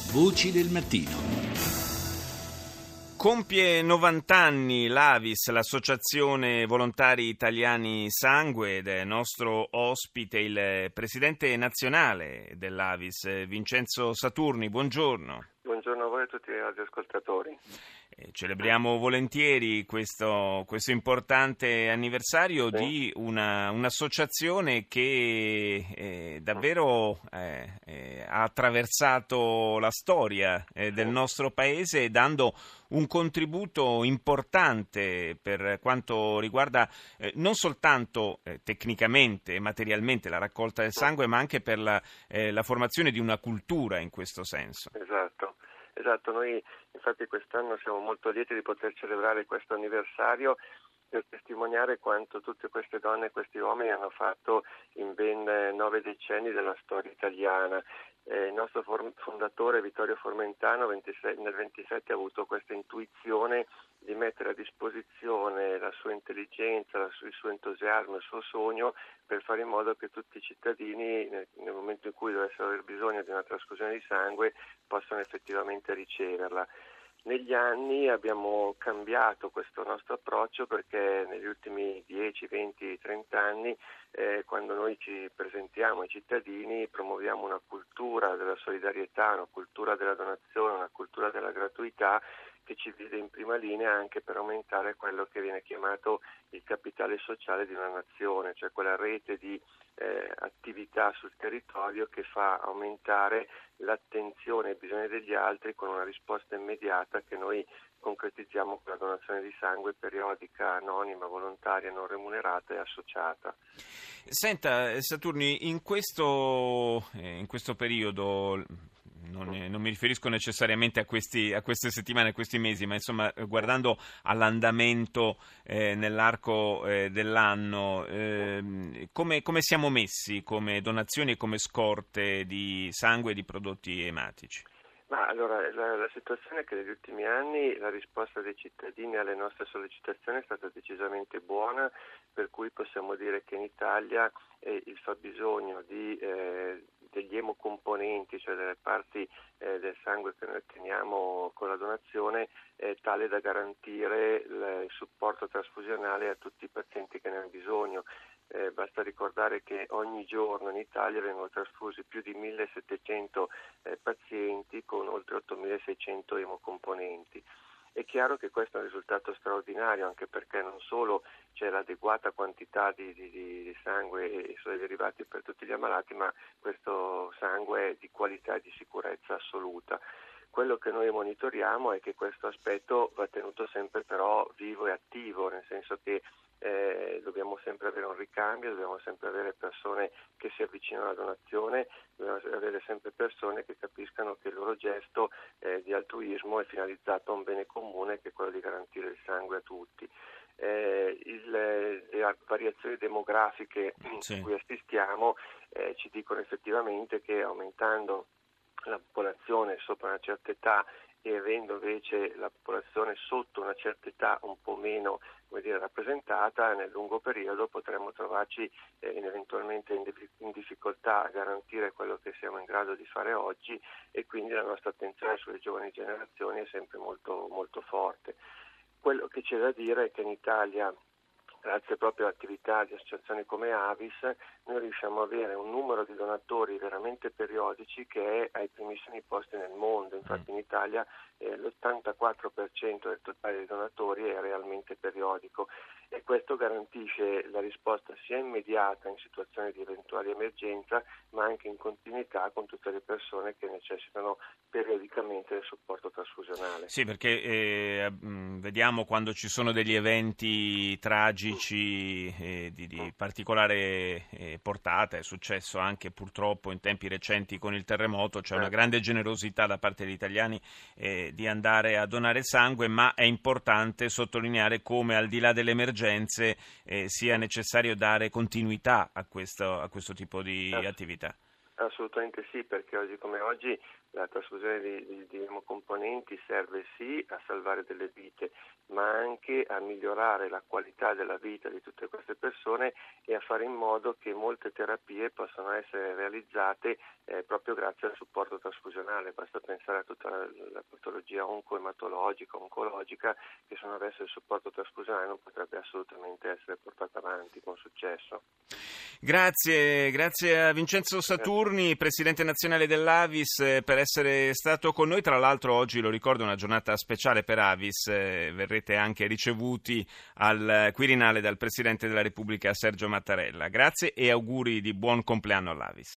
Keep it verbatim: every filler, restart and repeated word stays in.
Voci del mattino. Compie novanta anni l'A V I S, l'Associazione Volontari Italiani Sangue, ed è nostro ospite il presidente nazionale dell'A V I S, Vincenzo Saturni. Buongiorno. Buongiorno a voi e a tutti i radioascoltatori. Eh, celebriamo volentieri questo, questo importante anniversario sì. di una, un'associazione che eh, davvero eh, eh, ha attraversato la storia eh, del sì. nostro paese, dando un contributo importante per quanto riguarda eh, non soltanto eh, tecnicamente e materialmente la raccolta del sangue, ma anche per la, eh, la formazione di una cultura in questo senso. Esatto. Esatto, noi infatti quest'anno siamo molto lieti di poter celebrare questo anniversario per testimoniare quanto tutte queste donne e questi uomini hanno fatto in ben nove decenni della storia italiana. Eh, il nostro for- fondatore Vittorio Formentano ventisei, nel ventisette ha avuto questa intuizione di mettere a disposizione la sua intelligenza, la su- il suo entusiasmo, il suo sogno per fare in modo che tutti i cittadini nel, nel momento in cui dovessero aver bisogno di una trasfusione di sangue possano effettivamente riceverla. Negli anni abbiamo cambiato questo nostro approccio perché negli ultimi dieci, venti, trenta anni eh, quando noi ci presentiamo ai cittadini promuoviamo una cultura della solidarietà, una cultura della donazione, una cultura della gratuità che ci vede in prima linea anche per aumentare quello che viene chiamato il capitale sociale di una nazione, cioè quella rete di eh, attività sul territorio che fa aumentare l'attenzione ai bisogni degli altri con una risposta immediata che noi concretizziamo con la donazione di sangue periodica, anonima, volontaria, non remunerata e associata. Senta, Saturni, in questo, eh, in questo periodo... Non, non mi riferisco necessariamente a, questi, a queste settimane, a questi mesi, ma insomma guardando all'andamento eh, nell'arco eh, dell'anno, eh, come, come siamo messi come donazioni e come scorte di sangue e di prodotti ematici? Ma allora la, la situazione è che negli ultimi anni la risposta dei cittadini alle nostre sollecitazioni è stata decisamente buona, per cui possiamo dire che in Italia eh, il fabbisogno di eh, degli emocomponenti, cioè delle parti eh, del sangue che noi otteniamo con la donazione, è tale da garantire il, il supporto trasfusionale a tutti i pazienti che ne hanno bisogno. Eh, basta ricordare che ogni giorno in Italia vengono trasfusi più di millesettecento eh, pazienti con oltre ottomilaseicento emocomponenti. È chiaro che questo è un risultato straordinario anche perché non solo c'è l'adeguata quantità di, di, di sangue e suoi derivati per tutti gli ammalati, ma questo sangue è di qualità e di sicurezza assoluta. Quello che noi monitoriamo è che questo aspetto va tenuto sempre però vivo e attivo, nel senso che eh, dobbiamo sempre avere un ricambio, dobbiamo sempre avere persone che si avvicinano alla donazione, dobbiamo avere sempre persone che capiscano che il loro gesto eh, di altruismo è finalizzato a un bene comune che è quello di garantire il sangue a tutti. Eh, il, le variazioni demografiche sì. a cui assistiamo eh, ci dicono effettivamente che aumentando la popolazione sopra una certa età e avendo invece la popolazione sotto una certa età un po' meno, come dire, rappresentata, nel lungo periodo potremmo trovarci eh, eventualmente in, dif- in difficoltà a garantire quello che siamo in grado di fare oggi e quindi la nostra attenzione sulle giovani generazioni è sempre molto, molto forte. Quello che c'è da dire è che in Italia, grazie proprio all'attività di associazioni come A V I S, noi riusciamo ad avere un numero di donatori veramente periodici che è ai primissimi posti nel mondo. Infatti in Italia eh, l'ottantaquattro per cento del totale dei donatori è realmente periodico e questo garantisce la risposta sia immediata in situazioni di eventuale emergenza, ma anche in continuità con tutte le persone che necessitano periodicamente del supporto trasfusionale. Sì, perché eh, vediamo quando ci sono degli eventi tragici eh, di, di particolare eh, portata, è successo anche purtroppo in tempi recenti con il terremoto, c'è una grande generosità da parte degli italiani eh, di andare a donare sangue, ma è importante sottolineare come al di là delle emergenze eh, sia necessario dare continuità a questo, a questo tipo di attività. Assolutamente sì, perché oggi come oggi la trasfusione di, di, di emocomponenti serve sì a salvare delle vite, ma anche a migliorare la qualità della vita di tutte queste persone e a fare in modo che molte terapie possano essere realizzate eh, proprio grazie al supporto trasfusionale. Basta pensare a tutta la, la patologia oncoematologica, oncologica, che se non avesse il supporto trasfusionale non potrebbe assolutamente essere portata avanti con successo. Grazie, grazie a Vincenzo Saturni, presidente nazionale dell'Avis, per essere stato con noi. Tra l'altro oggi, lo ricordo, è una giornata speciale per Avis, eh, verrete anche ricevuti al Quirinale dal presidente della Repubblica Sergio Mattarella. Grazie e auguri di buon compleanno all'Avis.